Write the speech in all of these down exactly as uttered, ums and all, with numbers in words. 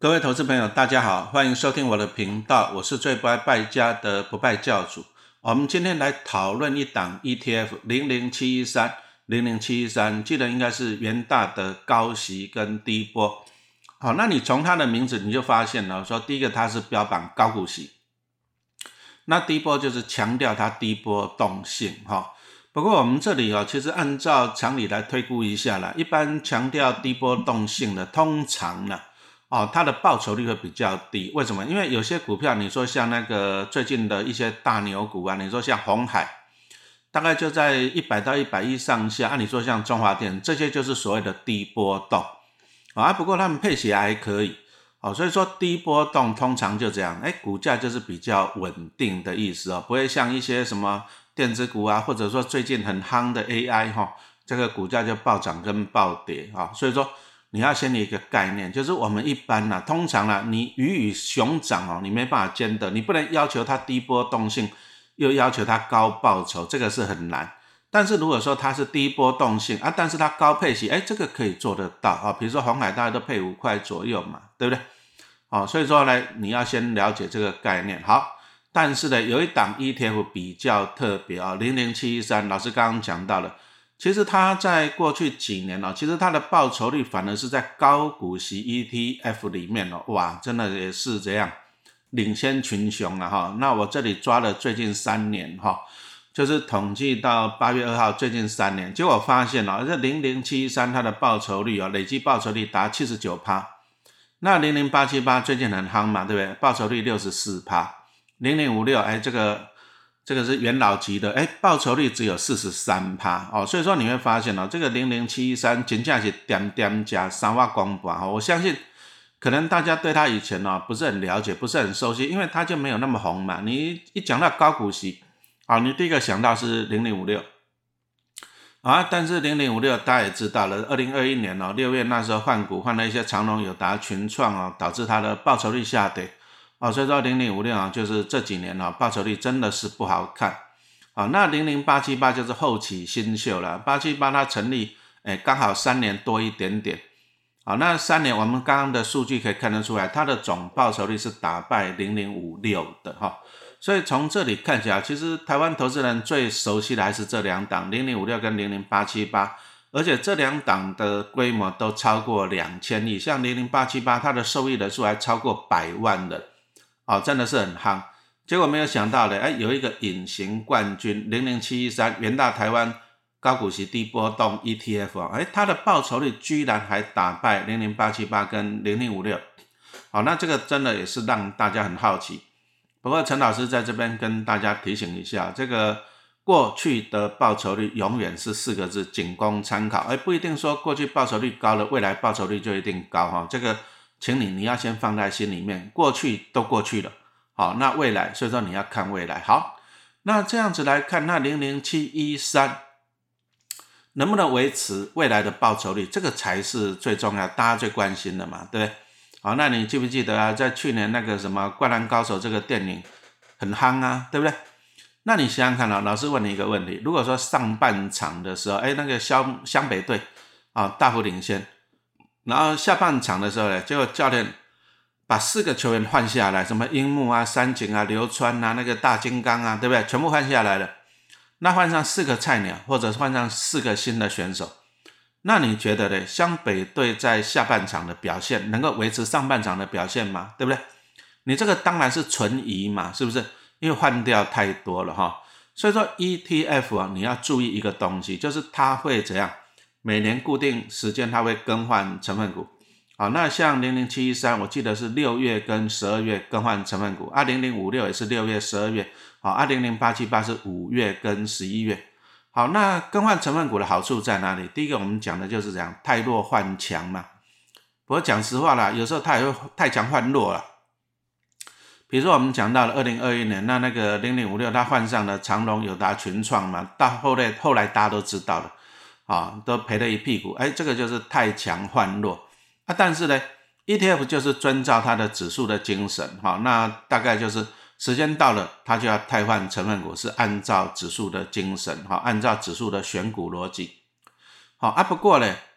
各位投资朋友大家好，欢迎收听我的频道，我是最不爱败家的不败教主。我们今天来讨论一档 E T F 零零七一三 零零七一三，记得应该是元大的高息跟低波。好，那你从它的名字你就发现了，说第一个它是标榜高股息，那低波就是强调它低波动性哈。不过我们这里哦，其实按照常理来推估一下啦，一般强调低波动性的，通常呢，哦，它的报酬率会比较低。为什么？因为有些股票，你说像那个最近的一些大牛股啊，你说像鸿海，大概就在一百到一百一上下。按、啊、你说像中华电，这些就是所谓的低波动啊。不过他们配息还可以，哦，所以说低波动通常就这样，哎，股价就是比较稳定的意思哦，不会像一些什么电子股啊，或者说最近很夯的 A I 哈、哦，这个股价就暴涨跟暴跌啊、哦。所以说你要先有一个概念，就是我们一般啊，通常啊，你鱼与熊掌哦，你没办法兼得，你不能要求它低波动性，又要求它高报酬，这个是很难。但是如果说它是低波动性啊，但是它高配息，哎，这个可以做得到啊。比如说鸿海大家都配五块左右嘛，对不对？哦，所以说呢，你要先了解这个概念。好。但是呢，有一档 E T F 比较特别啊、哦， 零零七一三，老师刚刚讲到了，其实它在过去几年哦，其实它的报酬率反而是在高股息 E T F 里面哦，哇，真的也是这样领先群雄了哈。那我这里抓了最近三年哈，就是统计到八月二号最近三年，结果发现哦，这零零七一三它的报酬率哦，累计报酬率达 百分之七十九， 那零零八七八最近很夯嘛，对不对？报酬率 百分之六十四。零零五六，哎，这个这个是元老级的，哎，报酬率只有 百分之四十三 哦，所以说你会发现哦，这个零零七一三真的是点点加三瓦光盘哈，我相信可能大家对他以前哦不是很了解，不是很熟悉，因为他就没有那么红嘛。你一讲到高股息，好，你第一个想到是零零五六啊，但是零零五六大家也知道了，二零二一年哦六月那时候换股换了一些长荣、友达、群创哦，导致它的报酬率下跌。哦，所以说零零五六啊，就是这几年啊，报酬率真的是不好看。好，那零零八七八就是后起新秀了，八七八它成立，哎，刚好三年多一点点。好，那三年我们刚刚的数据可以看得出来，它的总报酬率是打败零零五六的哈、哦。所以从这里看起来，其实台湾投资人最熟悉的还是这两档零零五六跟零零八七八，而且这两档的规模都超过两千亿，像零零八七八它的受益人数还超过百万人。哦，真的是很夯，结果没有想到的，哎，有一个隐形冠军零零七一三元大台湾高股息低波动 E T F 啊、哦，哎，它的报酬率居然还打败零零八七八跟零零五六，好，那这个真的也是让大家很好奇。不过陈老师在这边跟大家提醒一下，这个过去的报酬率永远是四个字，仅供参考，哎，不一定说过去报酬率高了，未来报酬率就一定高哈、哦，这个。请你你要先放在心里面，过去都过去了，好，那未来，所以说你要看未来。好，那这样子来看，那零零七一三能不能维持未来的报酬率，这个才是最重要，大家最关心的嘛，对不对？好，那你记不记得啊，在去年那个什么《灌篮高手》这个电影很夯啊，对不对？那你想想看啊，老师问你一个问题，如果说上半场的时候，哎，那个湘湘北队啊大幅领先。然后下半场的时候呢，结果教练把四个球员换下来，什么樱木啊、三井啊、流川啊、那个大金刚啊，对不对？全部换下来了。那换上四个菜鸟，或者换上四个新的选手，那你觉得呢？湘北队在下半场的表现能够维持上半场的表现吗？对不对？你这个当然是存疑嘛，是不是？因为换掉太多了哈。所以说 E T F 啊，你要注意一个东西，就是它会怎样？每年固定时间它会更换成分股，好，那像零零七一三我记得是六月跟十二月更换成分股，啊零零五六也是六月、十二月，好，啊零零八七八是五月跟十一月，好，那更换成分股的好处在哪里？第一个我们讲的就是这样，太弱换强嘛。不过讲实话啦，有时候它也会太强换弱了。比如说我们讲到了二零二一年，那那个零零五六它换上了长荣、友达、群创嘛，到后来后来大家都知道了。啊，都赔了一屁股，哎，这个就是太强换弱啊。但是呢 ，E T F 就是遵照它的指数的精神，哈、啊，那大概就是时间到了，它就要汰换成分股，是按照指数的精神，哈、啊，按照指数的选股逻辑。好啊，不过呢，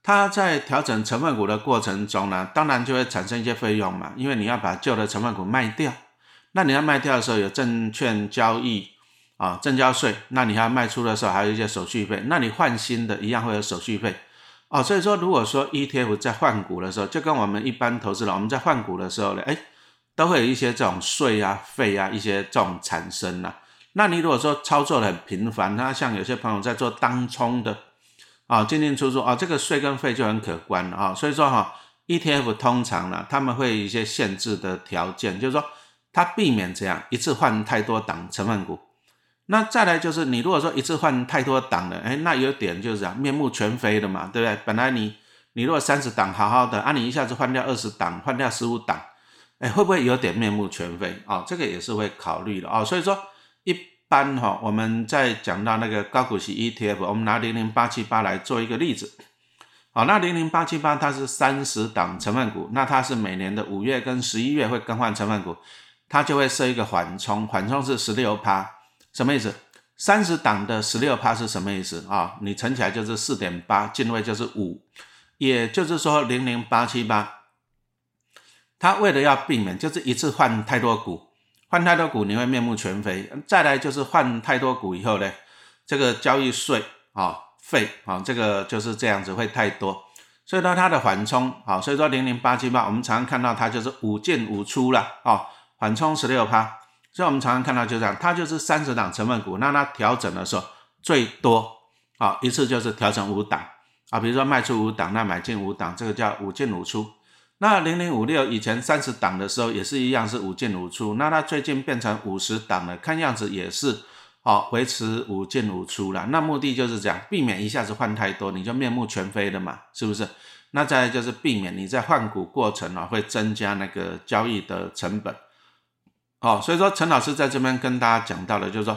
它在调整成分股的过程中呢，当然就会产生一些费用嘛，因为你要把旧的成分股卖掉，那你要卖掉的时候有证券交易啊，证交税，那你要卖出的时候还有一些手续费，那你换新的一样会有手续费哦。所以说，如果说 E T F 在换股的时候，就跟我们一般投资人我们在换股的时候呢，哎，都会有一些这种税啊、费啊一些这种产生啊。那你如果说操作的很频繁，那像有些朋友在做当冲的啊，进进出出啊，这个税跟费就很可观了啊。所以说哈、啊、，E T F 通常呢，他们会有一些限制的条件，就是说它避免这样一次换太多档成分股。那再来就是你如果说一次换太多档了，哎，那有点就是这样面目全非的嘛，对不对？本来你你如果三十档好好的啊，你一下子换掉二十档，换掉十五档，哎，会不会有点面目全非啊、哦？这个也是会考虑的啊、哦。所以说一般哈、哦，我们在讲到那个高股息 E T F， 我们拿零零八七八来做一个例子。好，那零零八七八它是三十档成分股，那它是每年的五月跟十一月会更换成分股，它就会设一个缓冲，缓冲是 百分之十六， 什么意思？三十档的 百分之十六 是什么意思啊？你乘起来就是 四点八， 进位就是五，也就是说零零八七八它为了要避免就是一次换太多股，换太多股你会面目全非，再来就是换太多股以后呢，这个交易税啊费啊，这个就是这样子会太多，所以说它的缓冲啊，所以说零零八七八我们常常看到它就是五进五出啦啊，缓冲 百分之十六， 所以我们常常看到就这样，它就是三十档成分股，那它调整的时候最多啊一次就是调整五档啊，比如说卖出五档，那买进五档，这个叫五进五出。那零零五六以前三十档的时候也是一样是五进五出，那它最近变成五十档了，看样子也是哦维持五进五出啦。那目的就是这样，避免一下子换太多，你就面目全非了嘛，是不是？那再来就是避免你在换股过程啊会增加那个交易的成本。哦，所以说陈老师在这边跟大家讲到的就是说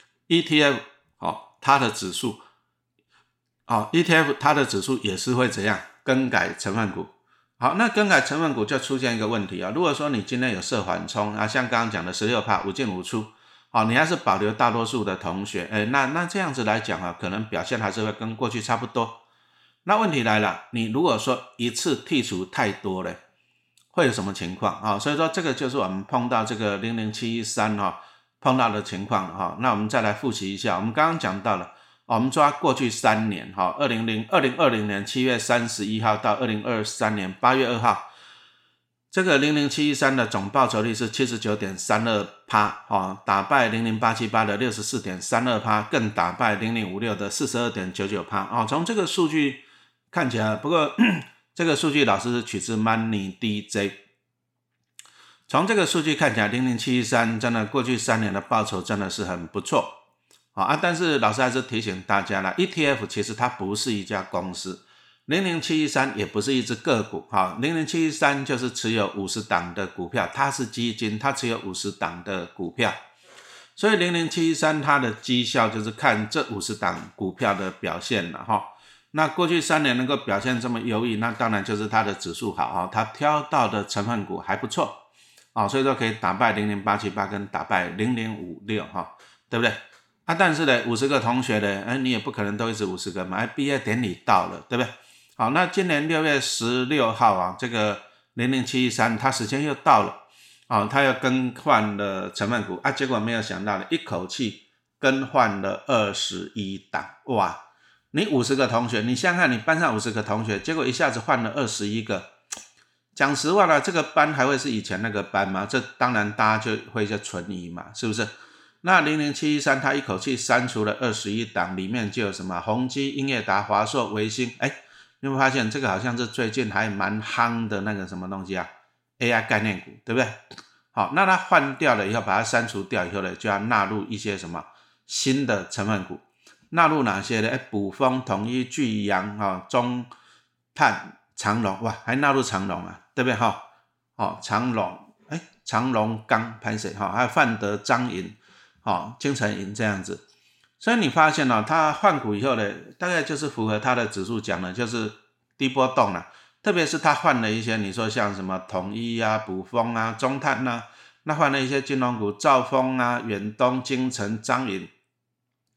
E T F 哦它的指数哦 E T F 它的指数也是会怎样更改成分股。好，那更改成分股就出现一个问题啊。如果说你今天有设缓冲啊，像刚刚讲的 百分之十六 五进五出，好、哦，你还是保留大多数的同学，哎，那那这样子来讲啊，可能表现还是会跟过去差不多。那问题来了，你如果说一次剔除太多了，会有什么情况啊、哦？所以说这个就是我们碰到这个零零七一三哈碰到的情况哈、哦。那我们再来复习一下，我们刚刚讲到了。我们抓过去三年哈，二零二零年七月三十一号到二零二三年八月二号，这个零零七一三的总报酬率是 七十九点三二 哦，打败零零八七八的 六十四点三二， 更打败零零五六的 四十二点九九 哦。从这个数据看起来，不过这个数据老师是取自 Money D J。从这个数据看起来，零零七一三真的过去三年的报酬真的是很不错。啊，但是老师还是提醒大家啦 E T F 其实它不是一家公司，零零七一三也不是一只个股，哈 ,零零七一三就是持有五十档的股票，它是基金，它持有五十档的股票，所以零零七一三它的绩效就是看这五十档股票的表现了哈。那过去三年能够表现这么优异，那当然就是它的指数好哈，它挑到的成分股还不错，啊，所以说可以打败零零八七八跟打败零零五六哈，对不对？啊，但是呢，五十个同学呢，哎，你也不可能都一直五十个嘛，哎，毕业典礼到了，对不对？好，那今年六月十六号啊，这个零零七一三它时间又到了，啊，它又更换了成分股啊，结果没有想到呢，一口气更换了二十一档，哇！你五十个同学，你想想看，你班上五十个同学，结果一下子换了二十一个，讲实话啦，这个班还会是以前那个班吗？这当然大家就会就存疑嘛，是不是？那零零七一三它一口气删除了二十一档，里面就有什么宏基、英业达、华硕、微星，哎，你有没有发现这个好像是最近还蛮夯的那个什么东西啊 ？A I 概念股，对不对？好，那它换掉了以后，把它删除掉以后呢，就要纳入一些什么新的成分股，纳入哪些呢？哎，卜丰、统一、巨阳、哈、中碳、长荣，哇，还纳入长荣啊，对不对？哈，哦，长荣，哎，长荣钢，拍谁？哈，还有范德、彰银。哦，金城银这样子，所以你发现哦，它换股以后呢，大概就是符合它的指数讲的，就是低波动了。特别是它换了一些，你说像什么统一啊、卜丰啊、中碳啊，那换了一些金融股，兆丰啊、远东、金城、彰银，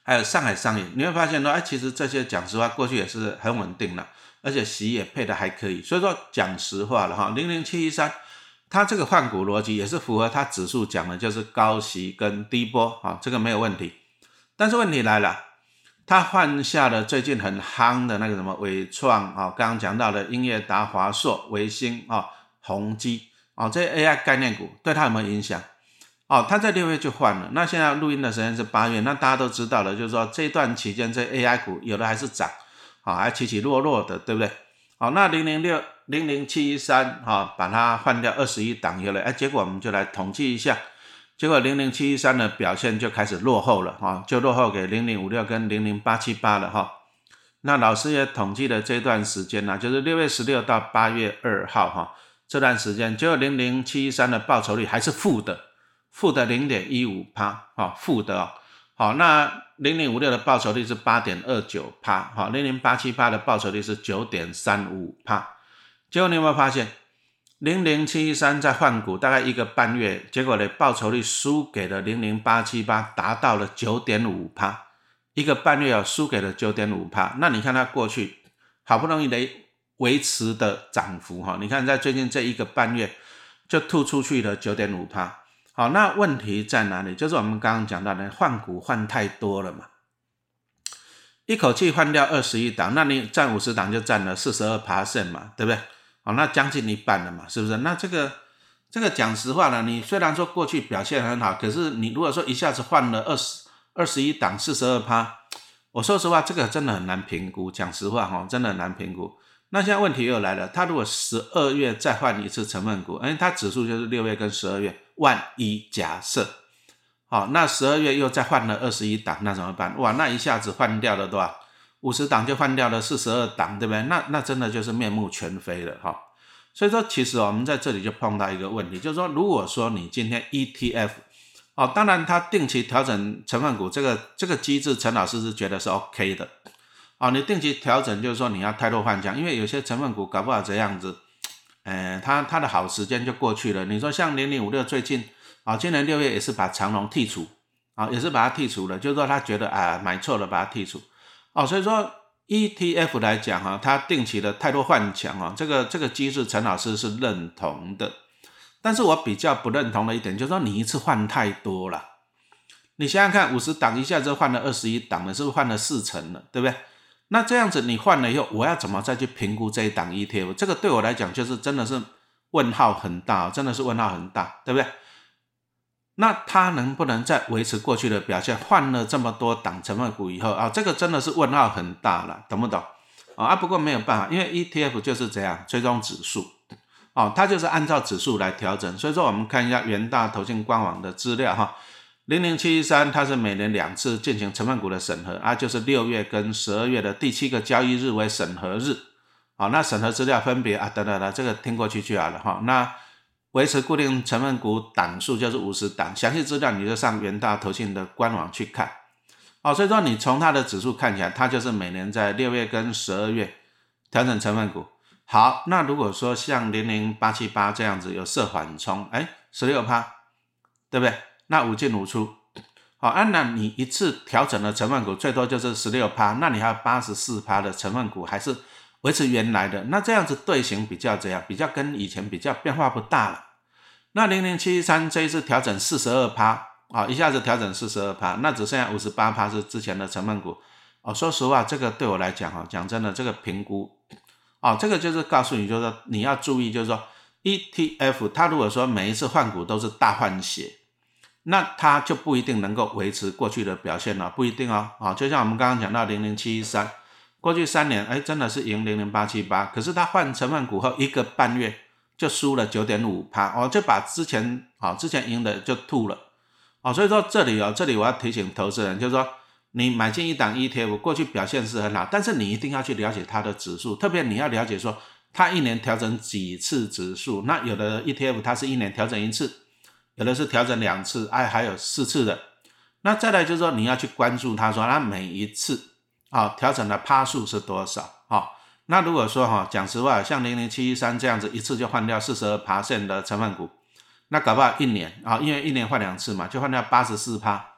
还有上海商业，你会发现说，哎，其实这些讲实话过去也是很稳定的，而且息也配的还可以，所以说讲实话了哈，零零七一三它这个换股逻辑也是符合它指数讲的，就是高息跟低波啊，这个没有问题。但是问题来了，它换下了最近很夯的那个什么伟创啊，刚刚讲到的英业达、华硕、微星啊、宏基啊，这些 A I 概念股对它有没有影响？哦，它在六月就换了，那现在录音的时间是八月，那大家都知道了，就是说这段期间这 A I 股有的还是涨，啊、哦，还起起落落的，对不对？好、哦，那零零六零零七一三哈，把它换掉二十一档以后，哎，结果我们就来统计一下，结果零零七一三的表现就开始落后了哈、哦，就落后给零零五六跟零零八七八了哈、哦。那老师也统计了这段时间呢、啊，就是六月十六到八月二号哈、哦，这段时间，结果零零七一三的报酬率还是负的。负的 零点一五%， 哦，负的哦。好，那零零五六的报酬率是 八点二九%， 好 ,零零八七八 的报酬率是 九点三五%。结果你有没有发现零零七一三在换股大概一个半月，结果呢报酬率输给了零零八七八，达到了 九点五%， 一个半月哦输给了 九点五%。那你看它过去好不容易的维持的涨幅哈，你看在最近这一个半月就吐出去了 九点五%。好，那问题在哪里？就是我们刚刚讲到的换股换太多了嘛，一口气换掉二十一档，那你占五十档就占了 百分之四十二 嘛，对不对？好，那将近一半了嘛，是不是？那这个这个讲实话呢，你虽然说过去表现很好，可是你如果说一下子换了二十一档 百分之四十二， 我说实话这个真的很难评估，讲实话齁，真的很难评估。那现在问题又来了，他如果十二月再换一次成分股，因为他指数就是六月跟十二月，万一假设好，那十二月又再换了二十一档，那怎么办？哇，那一下子换掉了多少？五十档就换掉了四十二档，对不对？那那真的就是面目全非了哈。所以说其实我们在这里就碰到一个问题，就是说如果说你今天 E T F 哦，当然它定期调整成分股这个这个机制，陈老师是觉得是 OK 的。哦，你定期调整就是说你要太弱换强，因为有些成分股搞不好这样子，呃，它它的好时间就过去了。你说像零零五六最近啊、哦，今年六月也是把长荣剔除啊、哦，也是把它剔除了，就是说他觉得啊买错了把它剔除。哦，所以说 E T F 来讲哈、哦，它定期的太弱换强啊、哦，这个这个机制陈老师是认同的，但是我比较不认同的一点就是说你一次换太多了。你想想看，五十档一下就换了二十一档了，是不是换了四成了，对不对？那这样子你换了以后，我要怎么再去评估这一档 E T F？ 这个对我来讲就是真的是问号很大，真的是问号很大，对不对？那它能不能再维持过去的表现？换了这么多档成分股以后啊，这个真的是问号很大了，懂不懂？啊，不过没有办法，因为 E T F 就是这样追踪指数，哦，它就是按照指数来调整。所以说我们看一下元大投信官网的资料哈。零零七一三它是每年两次进行成分股的审核啊，就是六月跟十二月的第七个交易日为审核日。好，那审核资料分别啊，等等等，这个听过去就好了哈。那维持固定成分股档数就是五十档，详细资料你就上元大投信的官网去看。好，所以说你从它的指数看起来，它就是每年在六月跟十二月调整成分股。好，那如果说像零零八七八这样子有设缓冲，哎 百分之十六， 对不对？那五进五出，好，啊，那你一次调整的成分股最多就是 百分之十六， 那你还有 百分之八十四 的成分股还是维持原来的，那这样子队形比较怎样？比较跟以前比较变化不大了。那零零七一三这一次调整 百分之四十二， 啊，一下子调整 百分之四十二， 那只剩下 百分之五十八 是之前的成分股。哦，说实话，这个对我来讲哈，讲真的，这个评估，哦，这个就是告诉你，就是说你要注意，就是说 E T F 它如果说每一次换股都是大换血，那它就不一定能够维持过去的表现了，不一定哦。啊，就像我们刚刚讲到零零七一三，过去三年，哎，真的是赢零零八七八，可是它换成分股后一个半月就输了 九点五%， 哦，就把之前啊、哦、之前赢的就吐了。哦，所以说这里哦，这里我要提醒投资人，就是说你买进一档 E T F， 过去表现是很好，但是你一定要去了解它的指数，特别你要了解说它一年调整几次指数。那有的 E T F 它是一年调整一次，有的是调整两次，哎，还有四次的。那再来就是说你要去关注它，说它每一次啊、哦、调整的趴数是多少啊、哦？那如果说哈、哦、讲实话，像零零七一三这样子一次就换掉 百分之四十二 的成分股，那搞不好一年啊、哦，因为一年换两次嘛，就换掉 百分之八十四。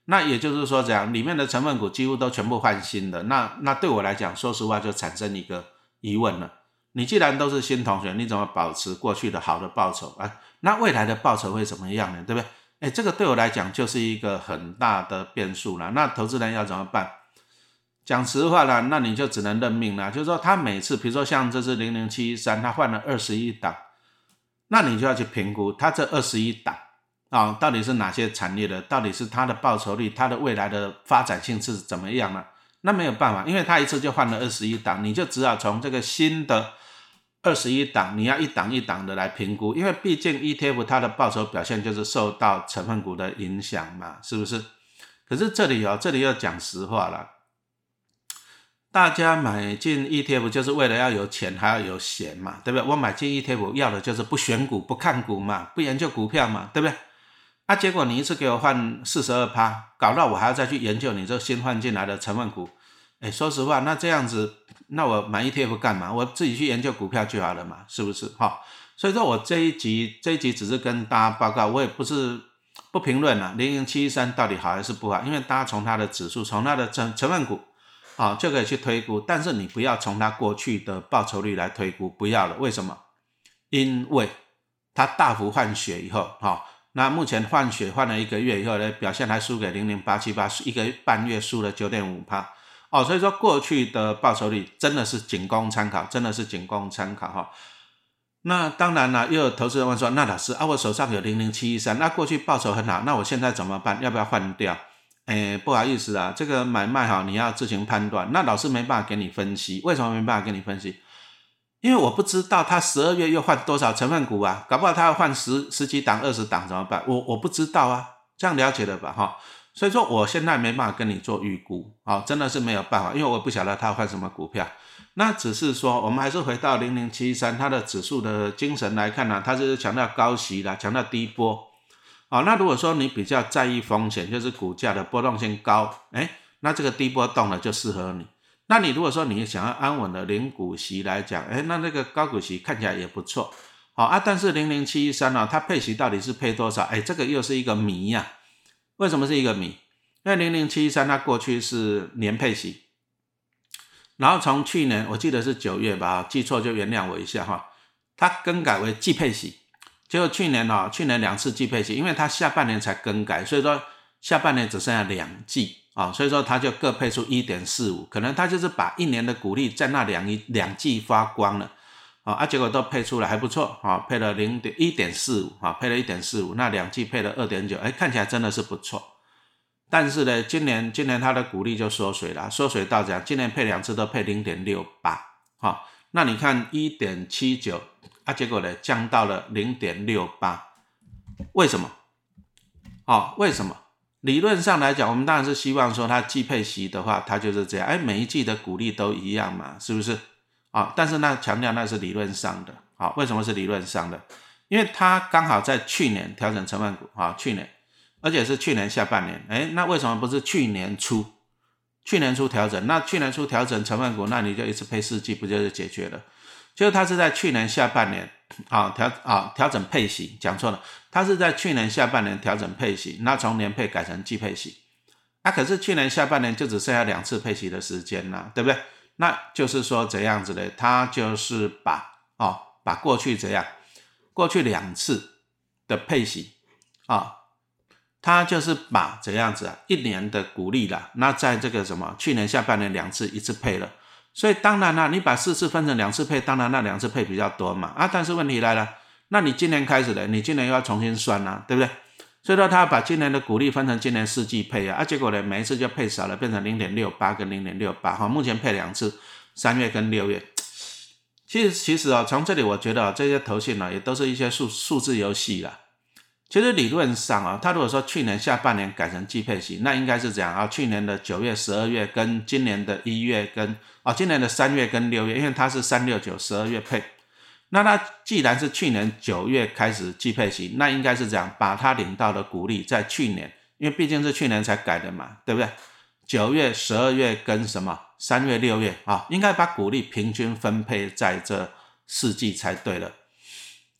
那也就是说这样，里面的成分股几乎都全部换新的，那那对我来讲，说实话就产生一个疑问了。你既然都是新同学，你怎么保持过去的好的报酬啊？那未来的报酬会怎么样呢？对不对？哎，这个对我来讲就是一个很大的变数了。那投资人要怎么办？讲实话啦，那你就只能认命啦。就是说，他每次，比如说像这次零零七一三，他换了二十一档，那你就要去评估他这二十一档啊，到底是哪些产业的，到底是它的报酬率，它的未来的发展性是怎么样呢？那没有办法，因为他一次就换了二十一档，你就只好从这个新的二十一档，你要一档一档的来评估，因为毕竟 E T F 它的报酬表现就是受到成分股的影响嘛，是不是？可是这里哦，这里要讲实话啦，大家买进 E T F 就是为了要有钱还要有闲嘛，对不对？我买进 E T F 要的就是不选股、不看股嘛，不研究股票嘛，对不对？啊，结果你一次给我换 百分之四十二， 搞到我还要再去研究你这新换进来的成分股。哎，说实话，那这样子，那我买 E T F 干嘛？我自己去研究股票就好了嘛，是不是？哈，所以说我这一集这一集只是跟大家报告，我也不是不评论了零零七一三到底好还是不好，因为大家从它的指数，从它的成成分股啊就可以去推估，但是你不要从它过去的报酬率来推估，不要了。为什么？因为它大幅换血以后，哈。那目前换血换了一个月以后呢，表现还输给零零八七八，一个半月输了 百分之九点五 哦，所以说过去的报酬率真的是仅供参考，真的是仅供参考哈。那当然了，又有投资人问说，那老师啊，我手上有零零七一三，那过去报酬很好，那我现在怎么办？要不要换掉？哎，不好意思啊，这个买卖哈，你要自行判断。那老师没办法给你分析，为什么没办法给你分析？因为我不知道他十二月又换多少成分股啊，搞不好他要换十十几档、二十档怎么办？我我不知道啊，这样了解了吧哈？所以说我现在没办法跟你做预估，啊，真的是没有办法，因为我不晓得他要换什么股票。那只是说，我们还是回到零零七一三，它的指数的精神来看呢、啊，它是强调高息啦，强调低波。啊，那如果说你比较在意风险，就是股价的波动性高，哎，那这个低波动呢就适合你。那你如果说你想要安稳的零股息来讲，哎，那那个高股息看起来也不错，好啊。但是零零七一三呢，它配息到底是配多少？哎，这个又是一个谜呀、啊。为什么是一个谜？因为零零七一三它过去是年配息，然后从去年我记得是九月吧，记错就原谅我一下哈，它更改为季配息。结果去年哦，去年两次季配息，因为它下半年才更改，所以说下半年只剩下两季。哦、所以说他就各配出 一点四五， 可能他就是把一年的股利在那两两季发光了、哦、啊，结果都配出来还不错、哦、配了 一点四五、哦、配了 一点四五， 那两季配了 二点九， 哎，看起来真的是不错。但是呢，今年今年他的股利就缩水了，缩水到这样，今年配两次都配 零点六八、哦、那你看 一点七九 啊，结果呢降到了 零点六八， 为什么？哦，为什么？理论上来讲，我们当然是希望说它季配息的话，它就是这样，哎，每一季的股利都一样嘛，是不是？啊、哦，但是那强调那是理论上的，好、哦，为什么是理论上的？因为它刚好在去年调整成分股，啊、哦，去年，而且是去年下半年，哎，那为什么不是去年初？去年初调整，那去年初调整成分股，那你就一直配四季，不就是解决了？就是它是在去年下半年。啊，调啊调整配息，讲错了，它是在去年下半年调整配息，那从年配改成季配息，那、啊、可是去年下半年就只剩下两次配息的时间啦，对不对？那就是说怎样子呢？它就是把哦把过去怎样，过去两次的配息啊，它就是把怎样子啊一年的股利啦，那在这个什么去年下半年两次一次配了。所以当然啦，你把四次分成两次配，当然那两次配比较多嘛啊，但是问题来了，那你今年开始了，你今年又要重新算啦、啊，对不对？所以说他把今年的股利分成今年四季配啊，啊结果呢每一次就配少了，变成 零点六八 跟 零点六八 哈，目前配两次，三月跟六月。其实其实啊、哦，从这里我觉得、哦、这些投信呢、哦、也都是一些数数字游戏啦。其实理论上啊、哦，他如果说去年下半年改成季配息，那应该是这样啊，去年的九月、十二月跟今年的一月跟哦，今年的三月跟六月，因为它是三六九十二月配，那它既然是去年九月开始季配息，那应该是这样，把它领到的股利在去年，因为毕竟是去年才改的嘛，对不对？九月、十二月跟什么三月、六月啊，应该把股利平均分配在这四季才对了。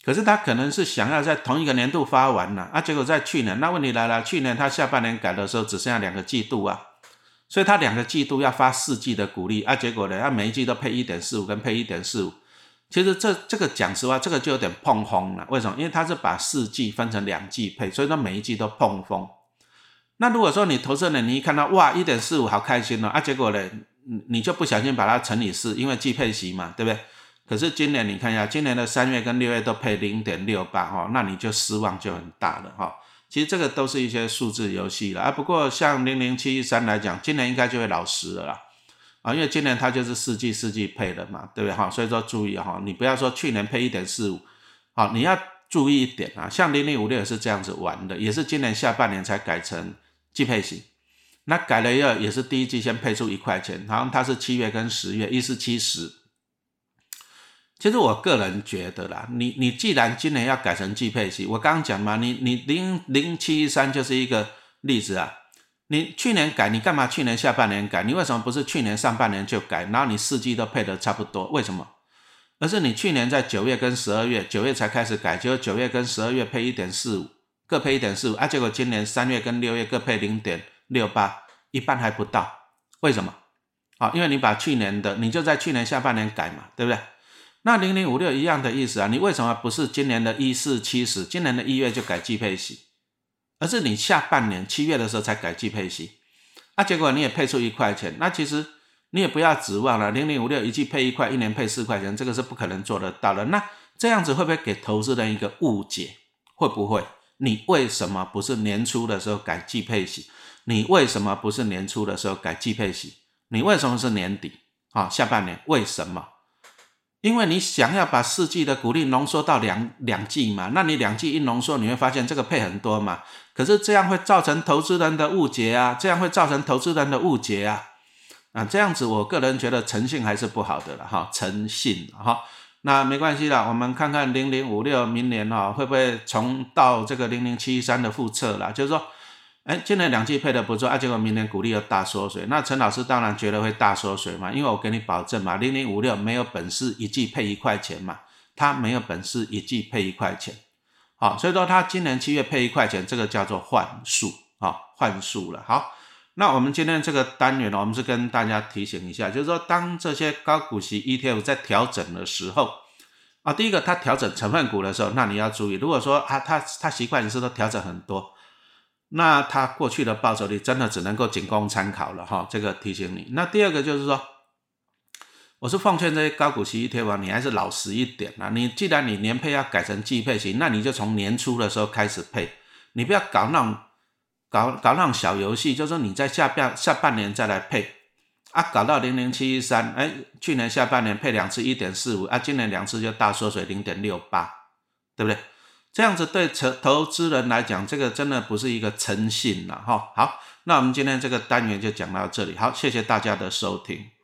可是他可能是想要在同一个年度发完了啊，结果在去年，那问题来了，去年他下半年改的时候只剩下两个季度啊，所以他两个季度要发四季的股利啊，结果呢，他每一季都配 一点四五 跟配 一点四五， 其实这这个讲实话，这个就有点碰风了。为什么？因为他是把四季分成两季配，所以说每一季都碰风。那如果说你投资人你一看到哇 一点四五 好开心哦啊，结果呢你就不小心把它乘以四，因为季配息嘛，对不对？可是今年你看一下，今年的三月跟六月都配 零点六八 哈，那你就失望就很大了哈。其实这个都是一些数字游戏了啊。不过像零零七一三来讲，今年应该就会老实了啦啊，因为今年它就是四季四季配的嘛，对不对哈？所以说注意哈，你不要说去年配 一点四五， 好，你要注意一点啊。像零零五六也是这样子玩的，也是今年下半年才改成季配息。那改了以后也是第一季先配出一块钱，好像它是七月跟十月，一是七十。其实我个人觉得啦，你你既然今年要改成季配息，我刚刚讲嘛，你你零零七一三就是一个例子啊。你去年改，你干嘛去年下半年改？你为什么不是去年上半年就改？然后你四季都配得差不多，为什么？而是你去年在九月跟十二月，九月才开始改，结果九月跟十二月配 一点四五， 各配 一点四五 啊，结果今年三月跟六月各配 零点六八， 一半还不到，为什么？啊，因为你把去年的，你就在去年下半年改嘛，对不对？那零零五六一样的意思啊，你为什么不是今年的一四七十，今年的一月就改季配息，而是你下半年七月的时候才改季配息啊？结果你也配出一块钱，那其实你也不要指望了，零零五六一季配一块，一年配四块钱，这个是不可能做得到的。那这样子会不会给投资人一个误解？会不会？你为什么不是年初的时候改季配息？你为什么不是年初的时候改季配息？你为什么是年底啊？下半年为什么？因为你想要把四季的股利浓缩到两两季嘛，那你两季一浓缩，你会发现这个配很多嘛。可是这样会造成投资人的误解啊，这样会造成投资人的误解啊。啊，这样子我个人觉得诚信还是不好的了哈，诚信哈。那没关系啦，我们看看零零五六明年哈会不会重到这个零零七一三的复测啦，就是说。哎，今年两季配的不错啊，结果明年股利又大缩水，那陈老师当然觉得会大缩水嘛，因为我给你保证嘛，零零五六没有本事一季配一块钱嘛，他没有本事一季配一块钱，好，所以说他今年七月配一块钱，这个叫做幻术，好，幻术了。好，那我们今天这个单元呢，我们是跟大家提醒一下，就是说当这些高股息 E T F 在调整的时候啊，第一个它调整成分股的时候，那你要注意，如果说啊它它习惯是都调整很多。那他过去的报酬率真的只能够仅供参考了哈，这个提醒你。那第二个就是说，我是奉劝这些高股息 E T F 你还是老实一点啦。你既然你年配要改成季配型，那你就从年初的时候开始配，你不要搞那种搞搞那种小游戏，就是说你在下半下半年再来配啊，搞到零零七一三，哎，去年下半年配两次 一点四五 啊，今年两次就大缩水 零点六八， 对不对？这样子对投资人来讲，这个真的不是一个诚信啦齁。好，那我们今天这个单元就讲到这里，好，谢谢大家的收听。